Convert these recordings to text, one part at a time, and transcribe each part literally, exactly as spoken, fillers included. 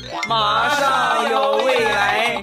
马上有未来。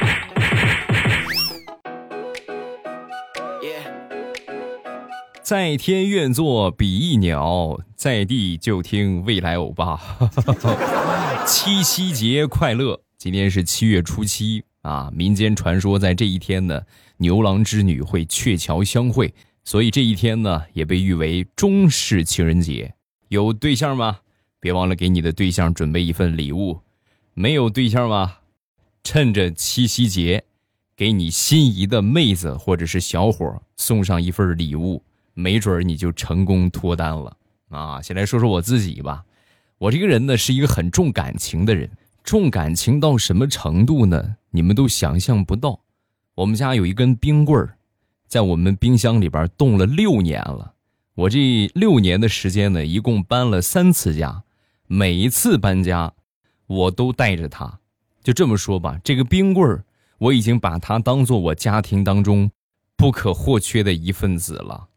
在天愿作比翼鸟，在地就听未来欧巴。七夕节快乐！今天是七月初七啊，民间传说在这一天呢，牛郎织女会鹊桥相会，所以这一天呢也被誉为中式情人节。有对象吗？别忘了给你的对象准备一份礼物。没有对象吗？趁着七夕节，给你心仪的妹子或者是小伙送上一份礼物，没准你就成功脱单了啊！先来说说我自己吧，我这个人呢是一个很重感情的人，重感情到什么程度呢？你们都想象不到。我们家有一根冰棍儿，在我们冰箱里边冻了六年了。我这六年的时间呢，一共搬了三次家，每一次搬家，我都带着它。就这么说吧，这个冰棍儿，我已经把它当做我家庭当中不可或缺的一份子了。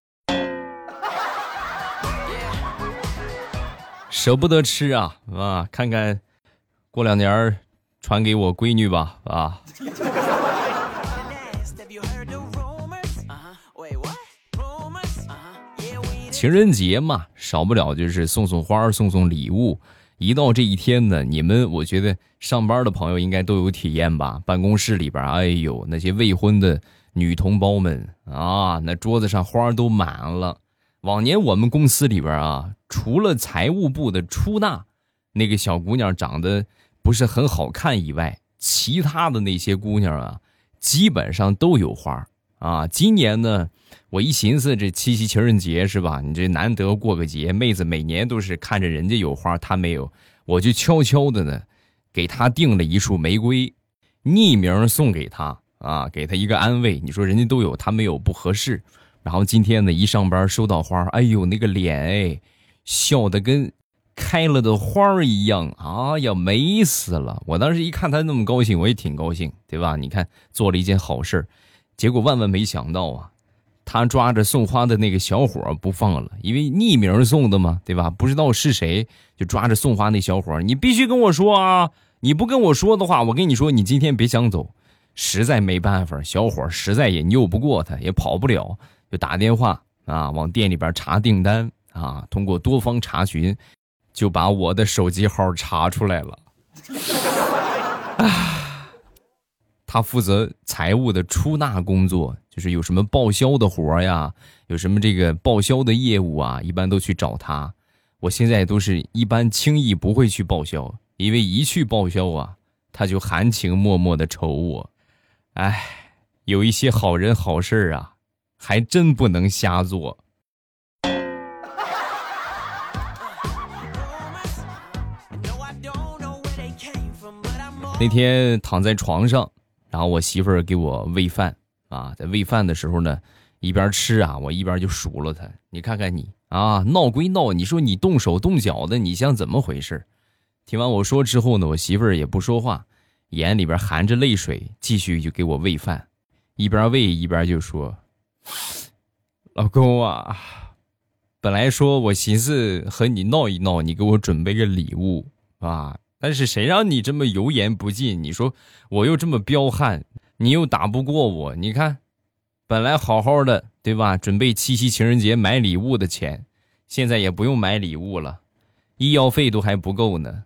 舍不得吃啊啊！看看，过两年传给我闺女吧啊！情人节嘛，少不了就是送送花、送送礼物。一到这一天呢，你们我觉得上班的朋友应该都有体验吧？办公室里边，哎呦，那些未婚的女同胞们啊，那桌子上花都满了。往年我们公司里边啊，除了财务部的出纳那个小姑娘长得不是很好看以外，其他的那些姑娘啊，基本上都有花啊。今年呢，我一寻思这七夕情人节是吧？你这难得过个节，妹子每年都是看着人家有花，她没有，我就悄悄的呢，给她订了一束玫瑰，匿名送给她啊，给她一个安慰。你说人家都有，她没有不合适。然后今天呢，一上班收到花，哎呦，那个脸哎，笑得跟开了的花一样，哎呀，美死了！我当时一看她那么高兴，我也挺高兴，对吧？你看做了一件好事，结果万万没想到啊，她抓着送花的那个小伙不放了，因为匿名送的嘛，对吧？不知道是谁，就抓着送花那小伙，你必须跟我说啊！你不跟我说的话，我跟你说，你今天别想走。实在没办法，小伙实在也拗不过他，也跑不了。就打电话啊，往店里边查订单啊，通过多方查询，就把我的手机号查出来了。啊，他负责财务的出纳工作，就是有什么报销的活呀，有什么这个报销的业务啊，一般都去找他。我现在都是一般轻易不会去报销，因为一去报销啊，他就含情脉脉的瞅我。哎，有一些好人好事啊，还真不能瞎做。那天躺在床上，然后我媳妇儿给我喂饭啊，在喂饭的时候呢，一边吃啊，我一边就数落她。你看看你啊，闹归闹，你说你动手动脚的，你像怎么回事？听完我说之后呢，我媳妇儿也不说话，眼里边含着泪水，继续就给我喂饭，一边喂一边就说：“老公啊，本来说我寻思和你闹一闹，你给我准备个礼物啊，但是谁让你这么油盐不进？你说我又这么彪悍，你又打不过我，你看，本来好好的，对吧？准备七夕情人节买礼物的钱，现在也不用买礼物了，医药费都还不够呢。”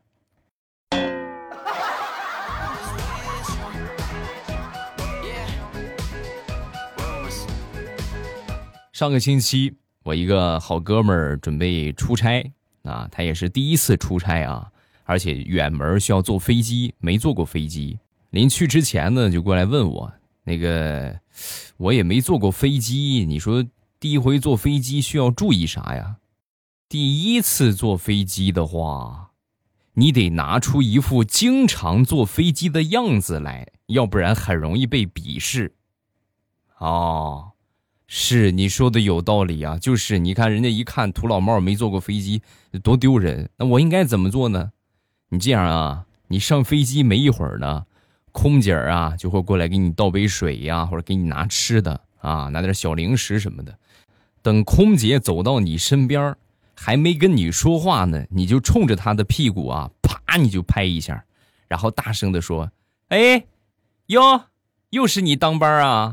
上个星期，我一个好哥们儿准备出差啊，他也是第一次出差啊，而且远门需要坐飞机，没坐过飞机。临去之前呢，就过来问我，那个我也没坐过飞机，你说第一回坐飞机需要注意啥呀？第一次坐飞机的话，你得拿出一副经常坐飞机的样子来，要不然很容易被鄙视。哦。是你说的有道理啊，就是你看人家一看土老帽没坐过飞机多丢人，那我应该怎么做呢？你这样啊，你上飞机没一会儿呢，空姐啊就会过来给你倒杯水呀，或者给你拿吃的啊，拿点小零食什么的。等空姐走到你身边还没跟你说话呢，你就冲着她的屁股啊啪你就拍一下， 然后大声地说：“哎，哟，又是你当班啊！”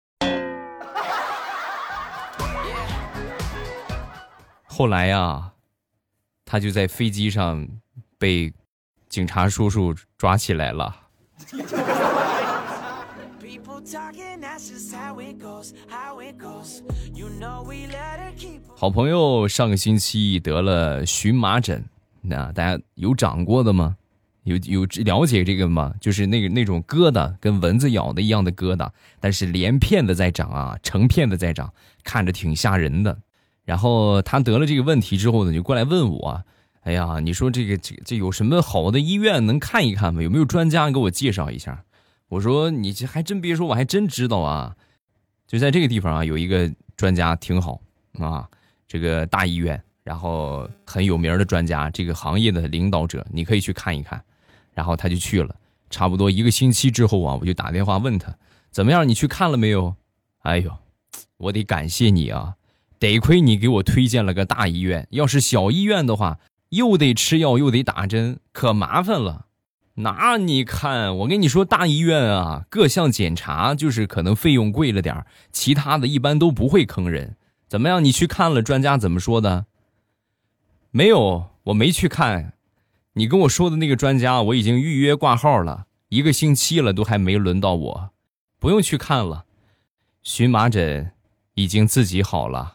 后来呀，他就在飞机上被警察叔叔抓起来了。好朋友上个星期得了荨麻疹，那大家有长过的吗？有有了解这个吗？就是那个那种疙瘩，跟蚊子咬的一样的疙瘩，但是连片的在长啊，成片的在长，看着挺吓人的。然后他得了这个问题之后呢，就过来问我，哎呀，你说这个这这有什么好的医院能看一看吗？有没有专家给我介绍一下？我说你这还真别说，我还真知道啊，就在这个地方啊，有一个专家挺好啊，这个大医院，然后很有名的专家，这个行业的领导者，你可以去看一看。然后他就去了，差不多一个星期之后啊，我就打电话问他怎么样，你去看了没有？哎呦，我得感谢你啊，得亏你给我推荐了个大医院，要是小医院的话，又得吃药又得打针，可麻烦了。那你看，我跟你说，大医院啊，各项检查就是可能费用贵了点，其他的一般都不会坑人。怎么样，你去看了，专家怎么说的？没有，我没去看。你跟我说的那个专家，我已经预约挂号了，一个星期了，都还没轮到我，不用去看了。荨麻疹已经自己好了。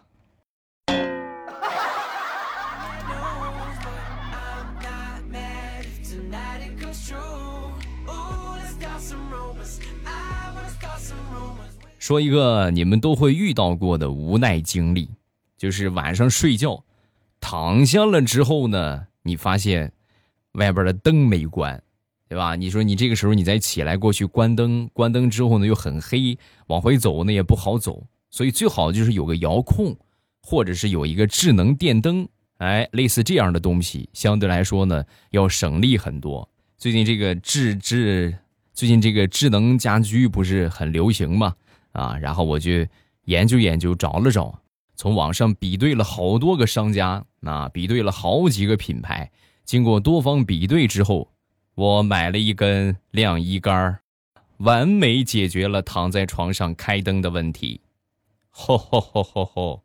说一个你们都会遇到过的无奈经历，就是晚上睡觉躺下了之后呢，你发现外边的灯没关，对吧？你说你这个时候你再起来过去关灯，关灯之后呢又很黑，往回走呢也不好走，所以最好就是有个遥控，或者是有一个智能电灯，哎，类似这样的东西，相对来说呢要省力很多。最近这个智智，最近这个智能家居不是很流行吗？啊，然后我就研究研究，找了找，从网上比对了好多个商家，啊，比对了好几个品牌。经过多方比对之后，我买了一根晾衣杆，完美解决了躺在床上开灯的问题。吼吼吼吼吼！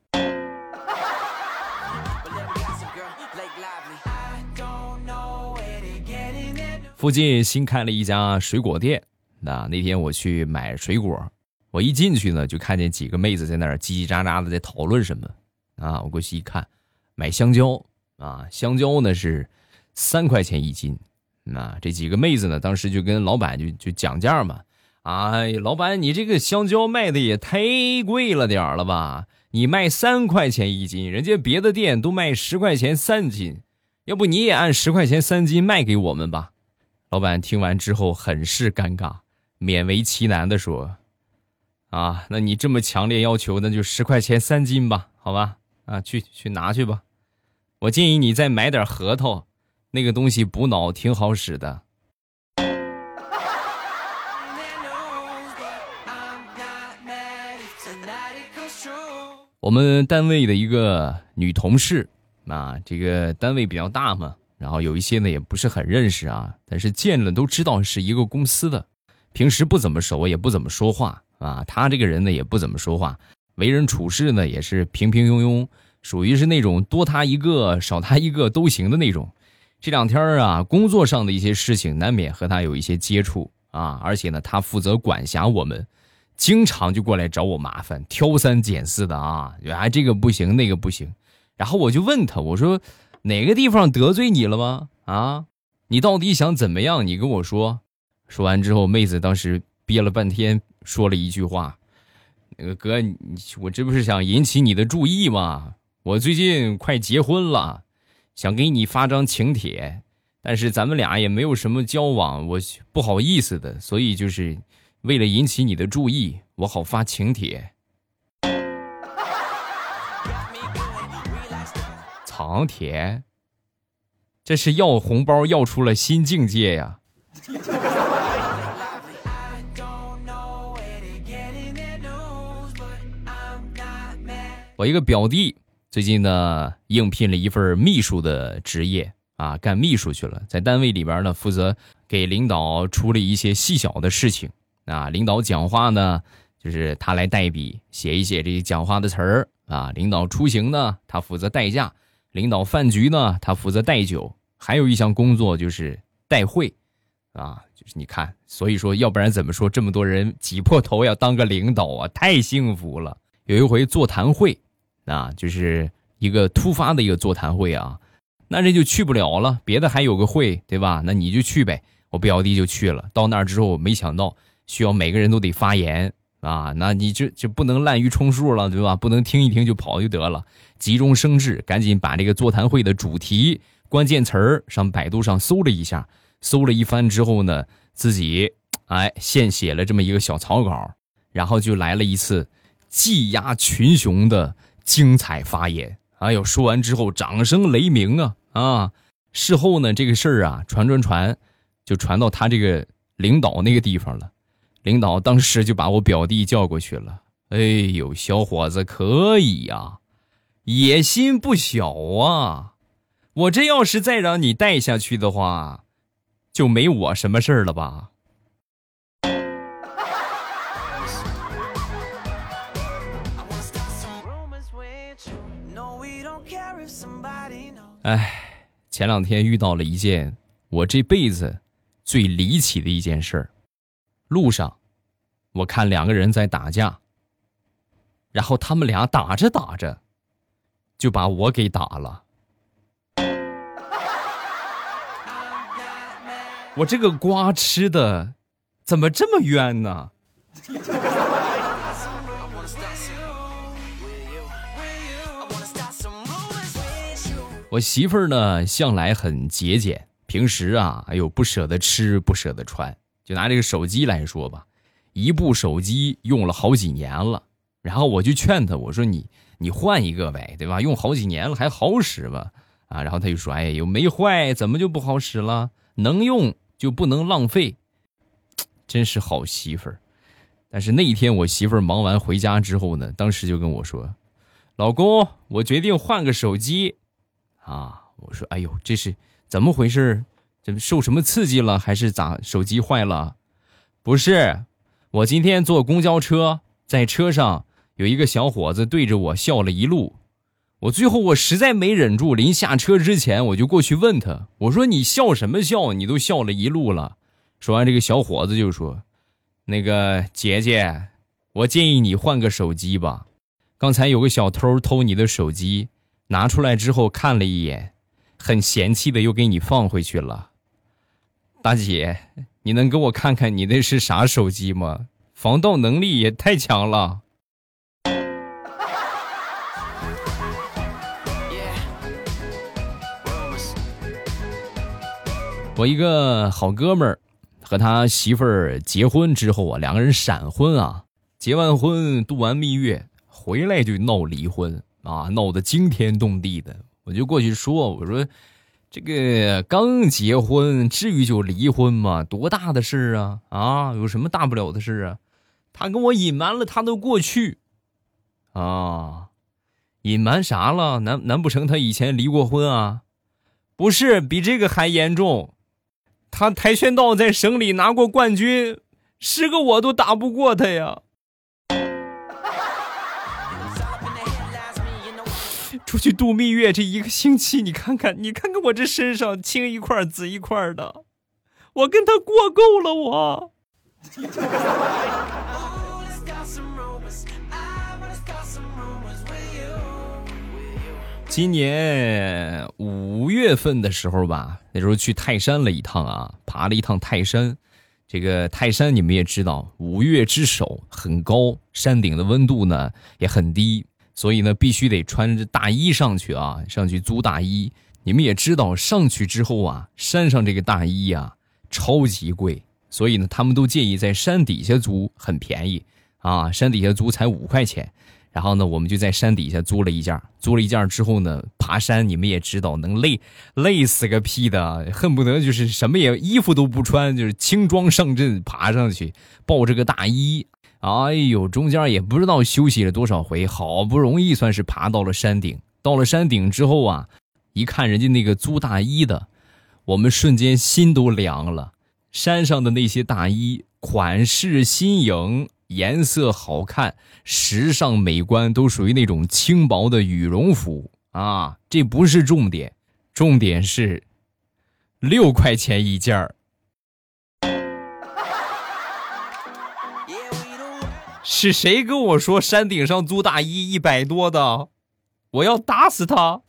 附近新开了一家水果店，那那天我去买水果，我一进去呢，就看见几个妹子在那儿叽叽喳喳的在讨论什么啊！我过去一看，买香蕉。啊，香蕉呢是三块钱一斤，那这几个妹子呢，当时就跟老板就就讲价嘛，哎，老板你这个香蕉卖的也太贵了点了吧？你卖三块钱一斤，人家别的店都卖十块钱三斤，要不你也按十块钱三斤卖给我们吧？老板听完之后很是尴尬，勉为其难的说：“啊，那你这么强烈要求，那就十块钱三斤吧，好吧？啊，去去拿去吧。”我建议你再买点核桃，那个东西补脑挺好使的。我们单位的一个女同事啊，这个单位比较大嘛，然后有一些呢也不是很认识啊，但是见了都知道是一个公司的，平时不怎么熟，也不怎么说话啊。她这个人呢也不怎么说话，为人处事呢也是平平庸庸。属于是那种多他一个少他一个都行的那种。这两天啊，工作上的一些事情难免和他有一些接触啊，而且呢他负责管辖我们，经常就过来找我麻烦，挑三拣四的啊，哎这个不行那个不行。然后我就问他，我说哪个地方得罪你了吗？啊，你到底想怎么样？你跟我说。说完之后，妹子当时憋了半天，说了一句话：“那个哥，你我这不是想引起你的注意吗？我最近快结婚了，想给你发张请帖，但是咱们俩也没有什么交往，我不好意思的，所以就是为了引起你的注意，我好发请帖。”藏帖，这是要红包要出了新境界呀！我一个表弟最近呢应聘了一份秘书的职业啊，干秘书去了，在单位里边呢负责给领导处理一些细小的事情啊。领导讲话呢，就是他来代笔写一写这些讲话的词儿啊。领导出行呢，他负责代驾；领导饭局呢，他负责带酒。还有一项工作就是带会啊，就是你看，所以说要不然怎么说这么多人挤破头要当个领导啊，太幸福了。有一回座谈会啊，就是一个突发的一个座谈会啊，那这就去不了了，别的还有个会对吧，那你就去呗。我表弟就去了，到那儿之后没想到需要每个人都得发言啊，那你这这不能滥竽充数了对吧，不能听一听就跑就得了，急中生智，赶紧把这个座谈会的主题关键词儿上百度上搜了一下，搜了一番之后呢，自己哎现写了这么一个小草稿，然后就来了一次技压群雄的精彩发言。哎呦，说完之后掌声雷鸣啊啊！事后呢，这个事儿啊传传传，就传到他这个领导那个地方了。领导当时就把我表弟叫过去了。哎呦，小伙子可以呀，野心不小啊！我这要是再让你带下去的话，就没我什么事儿了吧？哎，前两天遇到了一件我这辈子最离奇的一件事儿。路上，我看两个人在打架，然后他们俩打着打着，就把我给打了。我这个瓜吃的怎么这么冤呢？我媳妇儿呢向来很节俭，平时啊哎呦不舍得吃不舍得穿。就拿这个手机来说吧，一部手机用了好几年了，然后我就劝他，我说你你换一个呗，对吧？用好几年了还好使吧？啊，然后他就说，哎，又没坏，怎么就不好使了？能用就不能浪费，真是好媳妇儿。但是那一天我媳妇儿忙完回家之后呢，当时就跟我说，老公，我决定换个手机。啊，我说，哎呦，这是怎么回事？怎么受什么刺激了？还是咋手机坏了？不是，我今天坐公交车，在车上有一个小伙子对着我笑了一路，我最后我实在没忍住，临下车之前我就过去问他，我说你笑什么笑？你都笑了一路了。说完这个小伙子就说，那个姐姐，我建议你换个手机吧，刚才有个小偷偷你的手机，拿出来之后看了一眼，很嫌弃的又给你放回去了。大姐，你能给我看看你那是啥手机吗？防盗能力也太强了。我一个好哥们儿和他媳妇儿结婚之后啊，两个人闪婚啊，结完婚度完蜜月回来就闹离婚啊，闹得惊天动地的。我就过去说，我说这个刚结婚至于就离婚吗？多大的事啊啊，有什么大不了的事啊？他跟我隐瞒了他的过去啊，隐瞒啥了？难难不成他以前离过婚啊？不是，比这个还严重。他跆拳道在省里拿过冠军，十个我都打不过他呀。出去度蜜月这一个星期，你看看你看看我这身上青一块紫一块的，我跟他过够了我。今年五月份的时候吧，那时候去泰山了一趟啊，爬了一趟泰山。这个泰山你们也知道，五岳之首，很高，山顶的温度呢也很低，所以呢必须得穿着大衣上去啊，上去租大衣。你们也知道，上去之后啊，山上这个大衣啊超级贵，所以呢他们都建议在山底下租，很便宜啊，山底下租才五块钱。然后呢我们就在山底下租了一件，租了一件之后呢，爬山你们也知道能累累死个屁的，恨不得就是什么也衣服都不穿，就是轻装上阵爬上去，抱着个大衣。哎呦，中间也不知道休息了多少回，好不容易算是爬到了山顶。到了山顶之后啊，一看人家那个租大衣的，我们瞬间心都凉了。 山上的那些大衣款式新颖，颜色好看，时尚美观，都属于那种轻薄的羽绒服啊。这不是重点，重点是六块钱一件儿。是谁跟我说山顶上租大衣一百多的？我要打死他！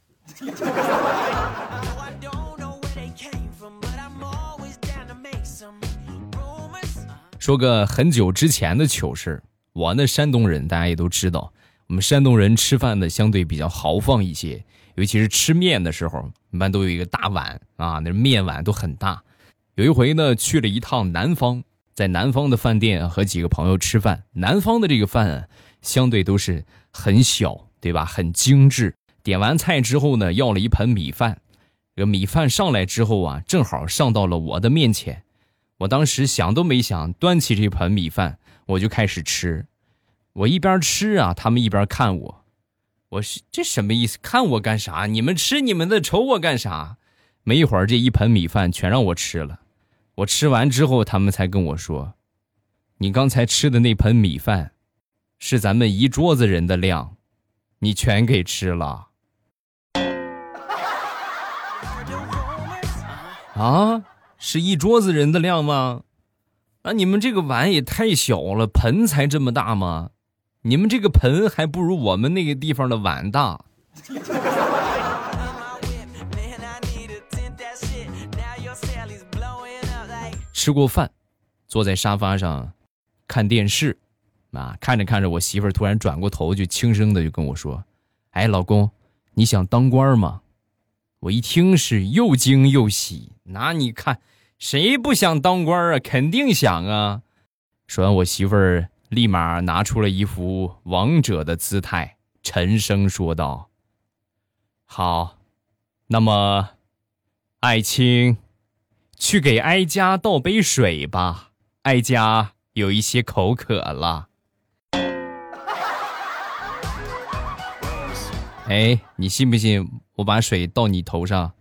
说个很久之前的糗事，我呢山东人，大家也都知道，我们山东人吃饭呢相对比较豪放一些，尤其是吃面的时候，一般都有一个大碗啊，那面碗都很大。有一回呢去了一趟南方，在南方的饭店和几个朋友吃饭，南方的这个饭啊相对都是很小，对吧？很精致。点完菜之后呢，要了一盆米饭，这个米饭上来之后啊，正好上到了我的面前。我当时想都没想，端起这盆米饭我就开始吃。我一边吃啊，他们一边看我。我是这什么意思？看我干啥？你们吃你们的，瞅我干啥？没一会儿这一盆米饭全让我吃了。我吃完之后他们才跟我说，你刚才吃的那盆米饭是咱们一桌子人的量，你全给吃了。啊，是一桌子人的量吗？那你们这个碗也太小了，盆才这么大吗？你们这个盆还不如我们那个地方的碗大。吃过饭，坐在沙发上看电视啊，看着看着，我媳妇儿突然转过头，就轻声的就跟我说：“哎，老公，你想当官吗？”我一听是又惊又喜，那你看谁不想当官啊？肯定想啊！说完，我媳妇儿立马拿出了一副王者的姿态，沉声说道：“好，那么，爱卿，去给哀家倒杯水吧，哀家有一些口渴了。”哎，你信不信我把水倒你头上？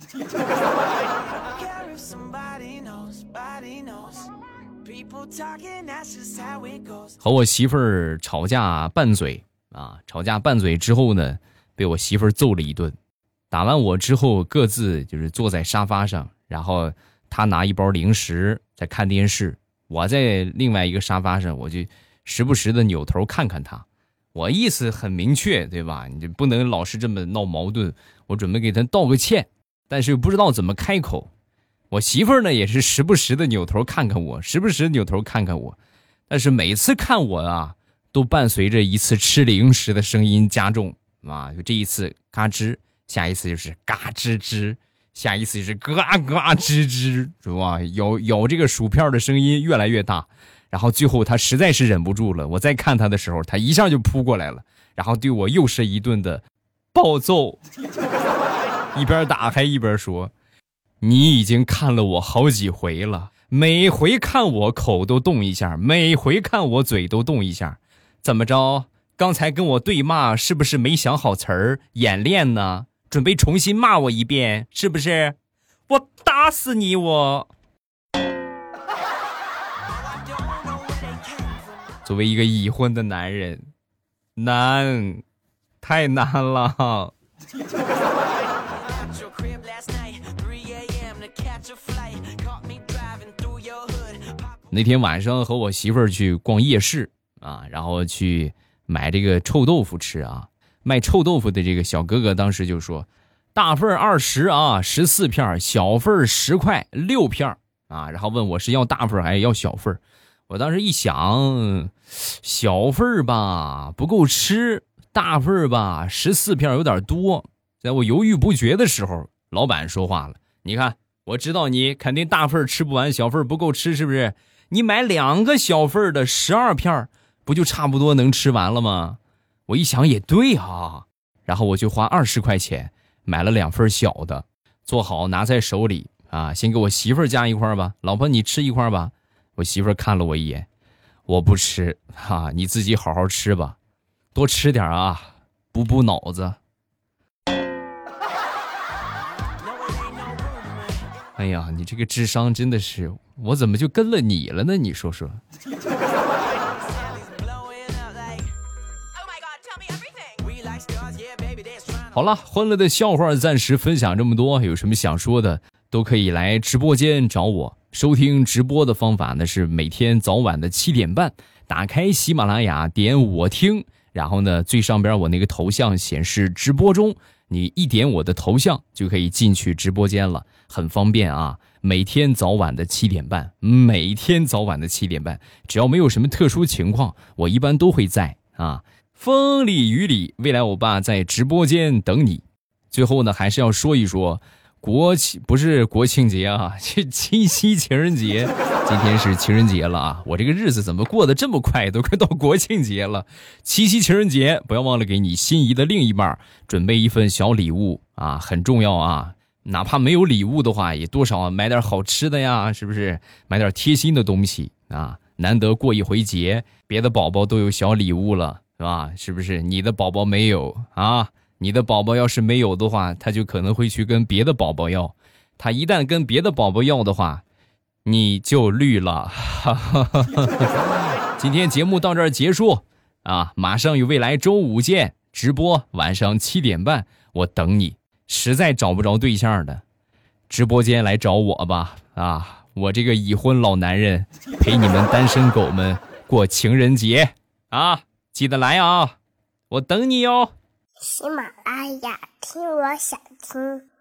和我媳妇儿吵架拌嘴啊，吵架拌嘴之后呢，被我媳妇儿揍了一顿。打完我之后，各自就是坐在沙发上，然后她拿一包零食在看电视，我在另外一个沙发上，我就时不时的扭头看看她。我意思很明确，对吧？你就不能老是这么闹矛盾。我准备给他道个歉，但是又不知道怎么开口。我媳妇儿呢也是时不时的扭头看看我，时不时扭头看看我，但是每次看我啊，都伴随着一次吃零食的声音加重啊，就这一次嘎吱，下一次就是嘎吱吱，下一次就是嘎嘎吱吱，是吧？咬咬这个薯片的声音越来越大。然后最后他实在是忍不住了，我再看他的时候，他一下就扑过来了，然后对我又是一顿的暴揍，一边打还一边说：“你已经看了我好几回了，每回看我口都动一下，每回看我嘴都动一下，怎么着？刚才跟我对骂是不是没想好词儿，演练呢？准备重新骂我一遍，是不是？我打死你我！”作为一个已婚的男人，难，太难了。那天晚上和我媳妇儿去逛夜市啊，然后去买这个臭豆腐吃啊。卖臭豆腐的这个小哥哥当时就说：“大份二十啊，十四片；小份十块，六片啊。”然后问我是要大份还是要小份。我当时一想，小份吧不够吃，大份吧十四片有点多。在我犹豫不决的时候，老板说话了：“你看，我知道你肯定大份吃不完，小份不够吃，是不是？你买两个小份的十二片，不就差不多能吃完了吗？”我一想也对啊，然后我就花二十块钱买了两份小的，做好拿在手里啊，先给我媳妇儿加一块吧，老婆你吃一块吧。我媳妇儿看了我一眼，我不吃哈、啊，你自己好好吃吧，多吃点啊，补补脑子。哎呀，你这个智商真的是我怎么就跟了你了呢？你说说。好了，欢乐的笑话暂时分享这么多，有什么想说的都可以来直播间找我。收听直播的方法呢是每天早晚的七点半，打开喜马拉雅，点我听，然后呢最上边我那个头像显示直播中，你一点我的头像就可以进去直播间了，很方便啊。每天早晚的七点半，每天早晚的七点半，只要没有什么特殊情况，我一般都会在啊。风里雨里，未来欧巴在直播间等你。最后呢，还是要说一说国庆，不是国庆节啊，是七夕情人节。今天是情人节了啊，我这个日子怎么过得这么快，都快到国庆节了。七夕情人节，不要忘了给你心仪的另一半准备一份小礼物啊，很重要啊。哪怕没有礼物的话，也多少买点好吃的呀，是不是？买点贴心的东西啊，难得过一回节，别的宝宝都有小礼物了。是吧？是不是你的宝宝没有啊？你的宝宝要是没有的话，他就可能会去跟别的宝宝要。他一旦跟别的宝宝要的话，你就绿了。今天节目到这儿结束啊！马上有未来周五见，直播晚上七点半，我等你。实在找不着对象的，直播间来找我吧！啊，我这个已婚老男人陪你们单身狗们过情人节啊！记得来啊，我等你哟。 喜马拉雅，听我想听。